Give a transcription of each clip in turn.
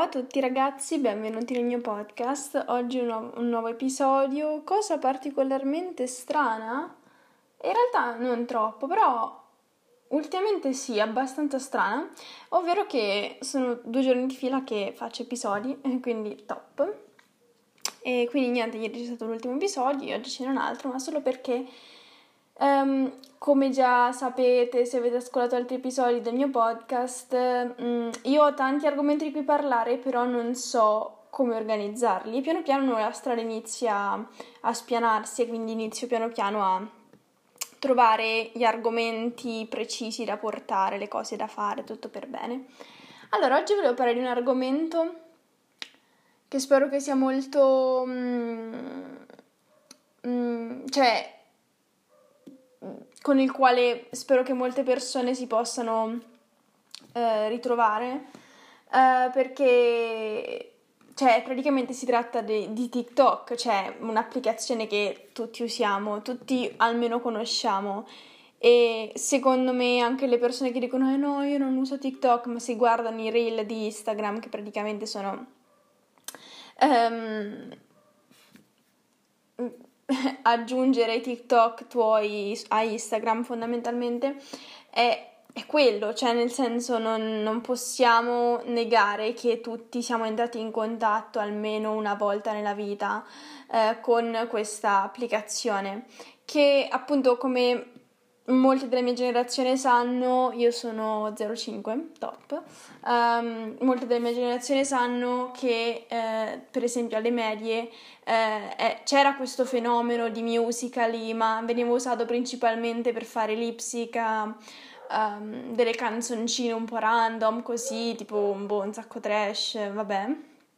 a tutti ragazzi, benvenuti nel mio podcast. Oggi un nuovo episodio, cosa particolarmente strana, in realtà non troppo, però ultimamente sì, abbastanza strana, ovvero che sono 2 giorni di fila che faccio episodi, quindi top. E quindi niente, ieri c'è stato l'ultimo episodio, oggi ce n'è un altro, ma solo perché come già sapete, se avete ascoltato altri episodi del mio podcast, io ho tanti argomenti di cui parlare, però non so come organizzarli. Piano piano la strada inizia a spianarsi e quindi inizio piano piano a trovare gli argomenti precisi da portare, le cose da fare, tutto per bene. Allora, oggi volevo parlare di un argomento che spero che sia molto... cioè con il quale spero che molte persone si possano ritrovare, perché praticamente si tratta di TikTok, cioè un'applicazione che tutti usiamo, tutti almeno conosciamo, e secondo me anche le persone che dicono no, io non uso TikTok, ma si guardano i reel di Instagram, che praticamente sono aggiungere i TikTok tuoi a Instagram fondamentalmente è quello, cioè nel senso non possiamo negare che tutti siamo entrati in contatto almeno una volta nella vita con questa applicazione, che appunto come molti della mia generazione sanno, io sono 05, top. Molte della mia generazione sanno che per esempio alle medie c'era questo fenomeno di Musical.ly, ma veniva usato principalmente per fare lip-sync a delle canzoncine un po' random, così, tipo un sacco trash, vabbè.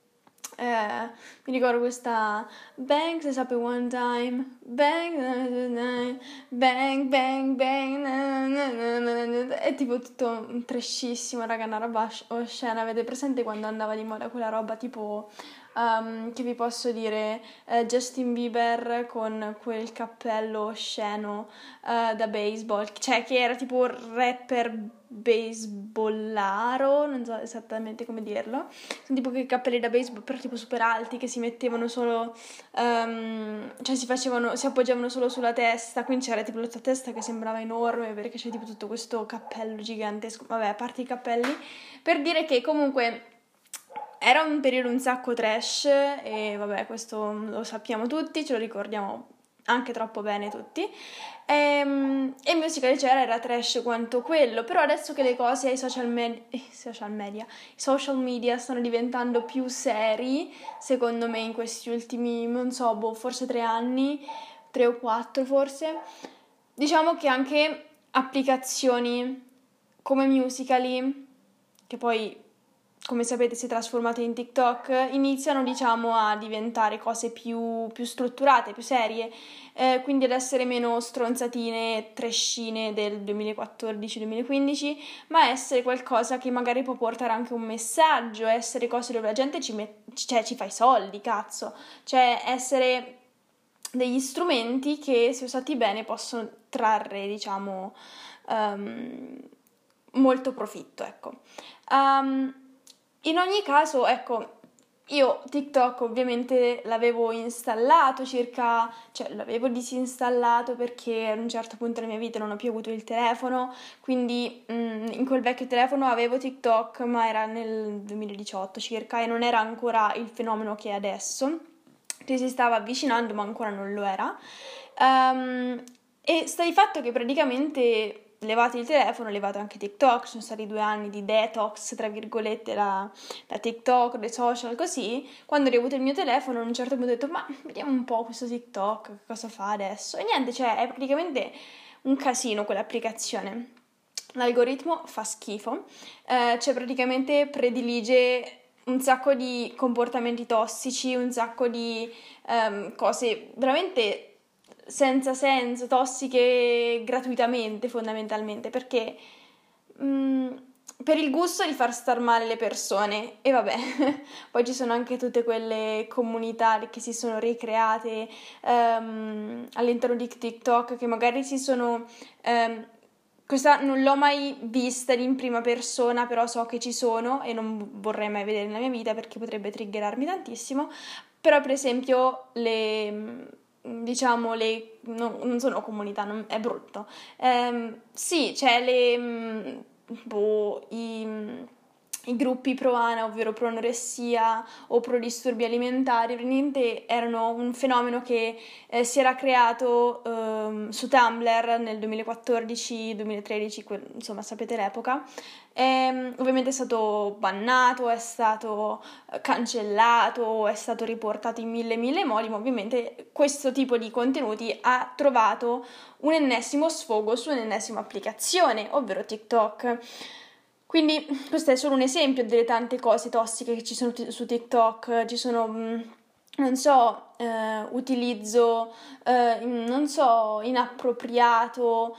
Mi ricordo questa Bang, se sape one time, bang, bang, bang, bang, è tipo tutto trashissimo, raga, una roba oscena. Avete presente quando andava di moda quella roba tipo, che vi posso dire, Justin Bieber con quel cappello osceno da baseball, cioè che era tipo rapper baseballaro, non so esattamente come dirlo, sono tipo che cappelli da baseball però tipo super alti che si mettevano solo cioè si appoggiavano solo sulla testa, quindi c'era tipo la tua testa che sembrava enorme perché c'è tipo tutto questo cappello gigantesco, vabbè, a parte i cappelli, per dire che comunque era un periodo un sacco trash e vabbè, questo lo sappiamo tutti, ce lo ricordiamo anche troppo bene tutti. E Musical.ly c'era, era trash quanto quello, però adesso che le cose ai social media stanno diventando più seri, secondo me in questi ultimi, non so, forse 3 anni, 3 o 4 forse, diciamo che anche applicazioni come Musical.ly, che poi come sapete si è trasformato in TikTok, iniziano diciamo a diventare cose più strutturate, più serie, quindi ad essere meno stronzatine, trashine del 2014-2015, ma essere qualcosa che magari può portare anche un messaggio, essere cose dove la gente ci fa i soldi, cazzo, cioè essere degli strumenti che se usati bene possono trarre diciamo molto profitto, ecco. In ogni caso, ecco, io TikTok ovviamente l'avevo installato l'avevo disinstallato perché ad un certo punto della mia vita non ho più avuto il telefono, quindi in quel vecchio telefono avevo TikTok, ma era nel 2018 circa e non era ancora il fenomeno che è adesso, che si stava avvicinando ma ancora non lo era. E sta di fatto che praticamente levato il telefono, levato anche TikTok, sono stati 2 anni di detox, tra virgolette, da TikTok, dai social, così. Quando ho riavuto il mio telefono, a un certo punto ho detto, ma vediamo un po' questo TikTok, cosa fa adesso? E niente, cioè, è praticamente un casino quell'applicazione. L'algoritmo fa schifo, cioè praticamente predilige un sacco di comportamenti tossici, un sacco di cose veramente senza senso, tossiche gratuitamente fondamentalmente, perché per il gusto di far star male le persone. E vabbè, poi ci sono anche tutte quelle comunità che si sono ricreate all'interno di TikTok, che magari si sono questa non l'ho mai vista in prima persona, però so che ci sono e non vorrei mai vedere nella mia vita perché potrebbe triggerarmi tantissimo. Però per esempio diciamo non sono comunità, è brutto. Sì, c'è i gruppi pro ANA, ovvero pro anoressia o pro disturbi alimentari, praticamente erano un fenomeno che si era creato su Tumblr nel 2014-2013, insomma sapete l'epoca. Ovviamente è stato bannato, è stato cancellato, è stato riportato in mille modi, ma ovviamente questo tipo di contenuti ha trovato un ennesimo sfogo su un'ennesima applicazione, ovvero TikTok. Quindi questo è solo un esempio delle tante cose tossiche che ci sono su TikTok. Ci sono, non so, utilizzo, non so, inappropriato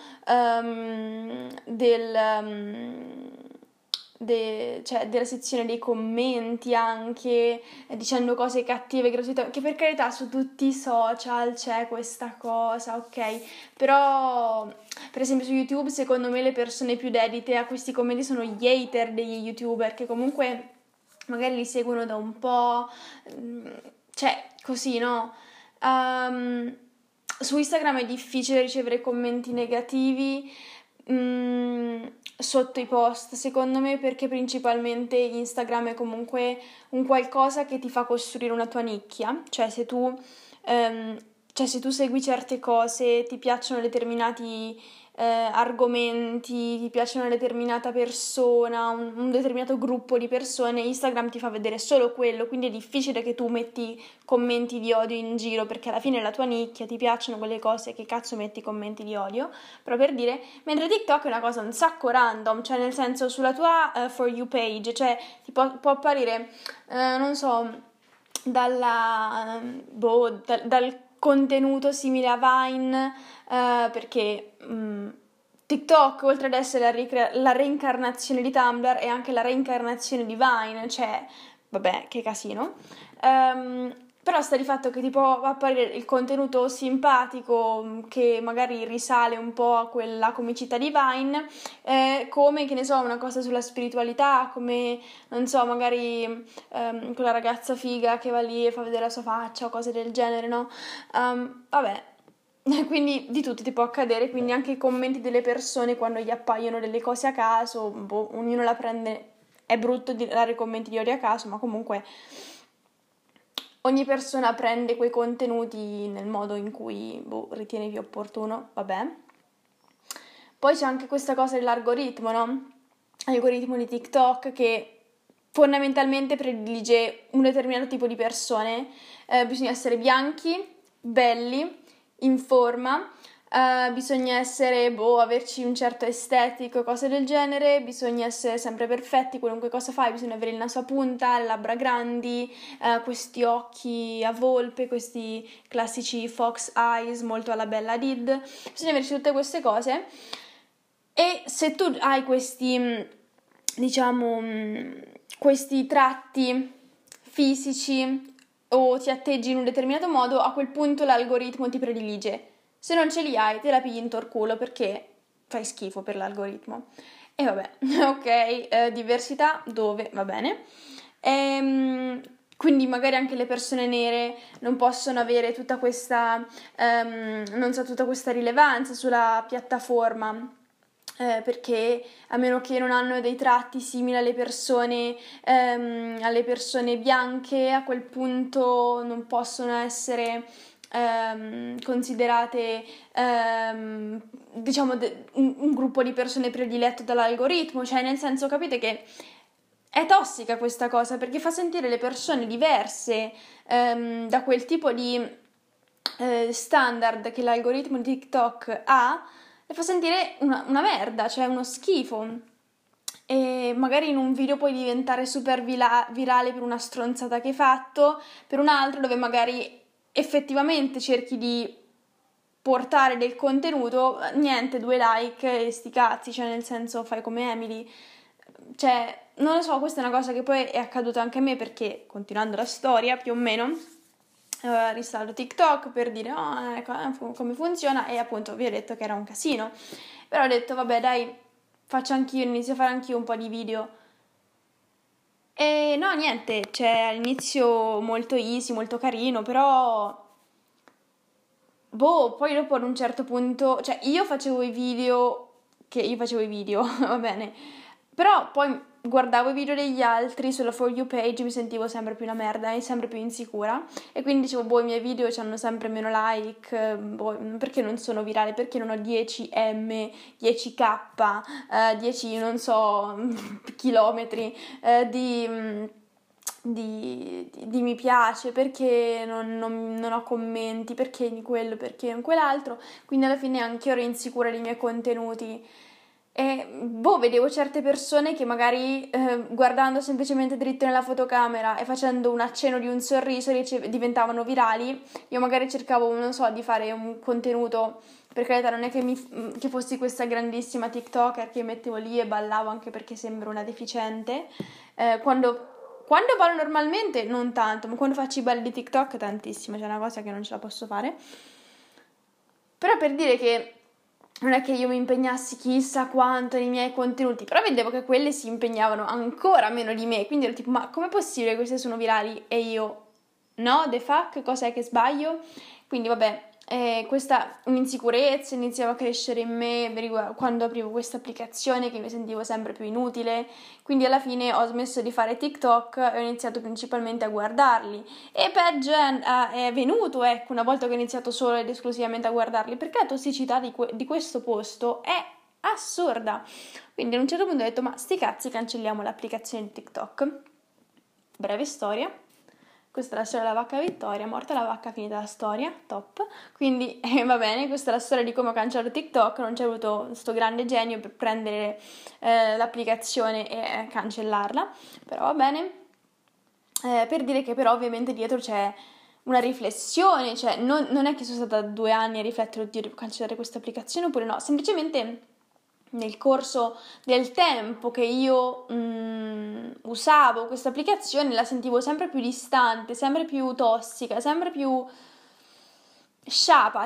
cioè della sezione dei commenti anche, dicendo cose cattive, gratuitamente, che per carità su tutti i social c'è questa cosa, ok? Però, per esempio su YouTube, secondo me le persone più dedite a questi commenti sono gli hater degli YouTuber, che comunque magari li seguono da un po', cioè così, no? Su Instagram è difficile ricevere commenti negativi sotto i post, secondo me, perché principalmente Instagram è comunque un qualcosa che ti fa costruire una tua nicchia, cioè se tu segui certe cose, ti piacciono determinati argomenti, ti piace una determinata persona, un determinato gruppo di persone, Instagram ti fa vedere solo quello, quindi è difficile che tu metti commenti di odio in giro, perché alla fine è la tua nicchia, ti piacciono quelle cose, che cazzo metti commenti di odio? Però per dire, mentre TikTok è una cosa un sacco random, cioè nel senso sulla tua For You page, cioè ti può apparire, non so, dal contenuto simile a Vine, perché TikTok, oltre ad essere la reincarnazione di Tumblr, è anche la reincarnazione di Vine, cioè, vabbè, che casino. Però sta di fatto che ti può apparire il contenuto simpatico, che magari risale un po' a quella comicità di Vine, come, che ne so, una cosa sulla spiritualità, come, non so, magari quella ragazza figa che va lì e fa vedere la sua faccia o cose del genere, no? Vabbè, quindi di tutto ti può accadere, quindi anche i commenti delle persone quando gli appaiono delle cose a caso, ognuno la prende, è brutto dare commenti di odio a caso, ma comunque ogni persona prende quei contenuti nel modo in cui ritiene più opportuno, vabbè. Poi c'è anche questa cosa dell'algoritmo, no? L'algoritmo di TikTok che fondamentalmente predilige un determinato tipo di persone, bisogna essere bianchi, belli, in forma, bisogna essere, averci un certo estetico, cose del genere, bisogna essere sempre perfetti, qualunque cosa fai, bisogna avere il naso a punta, le labbra grandi, questi occhi a volpe, questi classici fox eyes, molto alla Bella Hadid, bisogna averci tutte queste cose, e se tu hai questi, diciamo, questi tratti fisici o ti atteggi in un determinato modo, a quel punto l'algoritmo ti predilige. Se non ce li hai, te la pigli in torculo perché fai schifo per l'algoritmo. E vabbè, ok, diversità dove? Va bene. Quindi magari anche le persone nere non possono avere tutta questa, non so, tutta questa rilevanza sulla piattaforma. Perché a meno che non hanno dei tratti simili alle persone bianche, a quel punto non possono essere considerate diciamo un gruppo di persone prediletto dall'algoritmo, cioè nel senso, capite che è tossica questa cosa perché fa sentire le persone diverse da quel tipo di standard che l'algoritmo di TikTok ha, e fa sentire una merda, cioè uno schifo. E magari in un video puoi diventare super virale per una stronzata che hai fatto, per un altro dove magari effettivamente cerchi di portare del contenuto, niente, 2 like e sti cazzi, cioè nel senso fai come Emily. Cioè, non lo so, questa è una cosa che poi è accaduta anche a me perché, continuando la storia più o meno, Installato TikTok per dire ecco, come funziona, e appunto vi ho detto che era un casino, però ho detto vabbè dai, inizio a fare anch'io un po' di video. E no, niente, cioè all'inizio molto easy, molto carino, però poi dopo ad un certo punto, cioè io facevo i video, va bene, però poi guardavo i video degli altri sulla For You page, mi sentivo sempre più una merda e sempre più insicura, e quindi dicevo, i miei video hanno sempre meno like, perché non sono virale, perché non ho 10M, 10K, 10 non so chilometri di mi piace, perché non ho commenti, perché di quello, perché in quell'altro, quindi alla fine anche io ero insicura dei miei contenuti. E vedevo certe persone che magari guardando semplicemente dritto nella fotocamera e facendo un accenno di un sorriso diventavano virali. Io magari cercavo, non so, di fare un contenuto, per carità, non è che fossi questa grandissima TikToker che mettevo lì e ballavo, anche perché sembro una deficiente. Quando ballo normalmente non tanto, ma quando faccio i balli di TikTok tantissimo, c'è una cosa che non ce la posso fare. Però per dire che non è che io mi impegnassi chissà quanto nei miei contenuti, però vedevo che quelle si impegnavano ancora meno di me, quindi ero tipo, ma com'è possibile che queste sono virali e io no? The fuck? Cos'è che sbaglio? Quindi vabbè, questa un'insicurezza iniziava a crescere in me quando aprivo questa applicazione, che mi sentivo sempre più inutile, quindi alla fine ho smesso di fare TikTok e ho iniziato principalmente a guardarli, e peggio è venuto, ecco, una volta che ho iniziato solo ed esclusivamente a guardarli, perché la tossicità di questo posto è assurda. Quindi ad un certo punto ho detto, ma sti cazzi, cancelliamo l'applicazione di TikTok. Breve storia. Questa è la storia della vacca Vittoria, morta la vacca, finita la storia, top. Quindi va bene, questa è la storia di come ho cancellato TikTok, non c'è avuto questo grande genio per prendere l'applicazione e cancellarla, però va bene. Per dire che però ovviamente dietro c'è una riflessione, cioè non è che sono stata 2 anni a riflettere, oddio, devo cancellare questa applicazione oppure no, semplicemente nel corso del tempo che io usavo questa applicazione la sentivo sempre più distante, sempre più tossica, sempre più sciapa,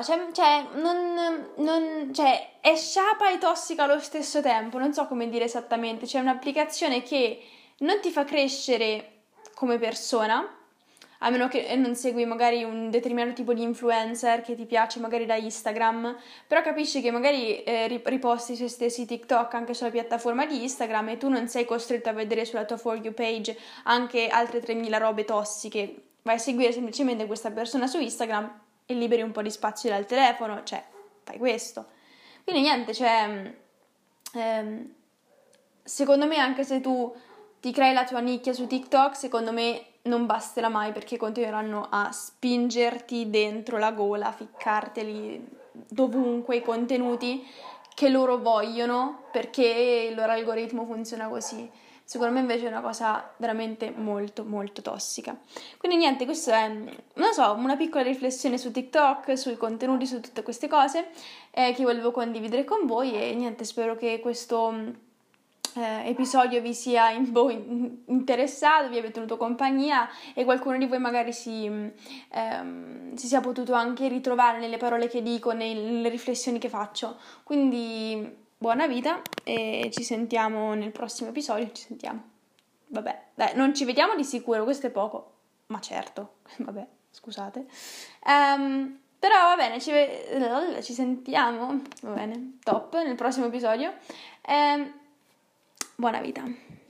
cioè è sciapa e tossica allo stesso tempo, non so come dire esattamente, c'è un'applicazione che non ti fa crescere come persona, a meno che non segui magari un determinato tipo di influencer che ti piace magari da Instagram, però capisci che magari riposti i suoi stessi TikTok anche sulla piattaforma di Instagram e tu non sei costretto a vedere sulla tua For You page anche altre 3000 robe tossiche, vai a seguire semplicemente questa persona su Instagram e liberi un po' di spazio dal telefono, cioè fai questo. Quindi niente, secondo me anche se tu ti crei la tua nicchia su TikTok, secondo me non basterà mai, perché continueranno a spingerti dentro la gola, a ficcarteli dovunque i contenuti che loro vogliono, perché il loro algoritmo funziona così. Secondo me invece è una cosa veramente molto molto tossica. Quindi niente, questo è, non so, una piccola riflessione su TikTok, sui contenuti, su tutte queste cose che volevo condividere con voi, e niente, spero che questo episodio vi sia interessato, vi abbia tenuto compagnia e qualcuno di voi magari si sia potuto anche ritrovare nelle parole che dico, nelle riflessioni che faccio. Quindi buona vita e ci sentiamo nel prossimo episodio, ci sentiamo. Vabbè, dai, non ci vediamo di sicuro, questo è poco, ma certo, vabbè, scusate. Però va bene, ci sentiamo, va bene, top, nel prossimo episodio. Buona vita.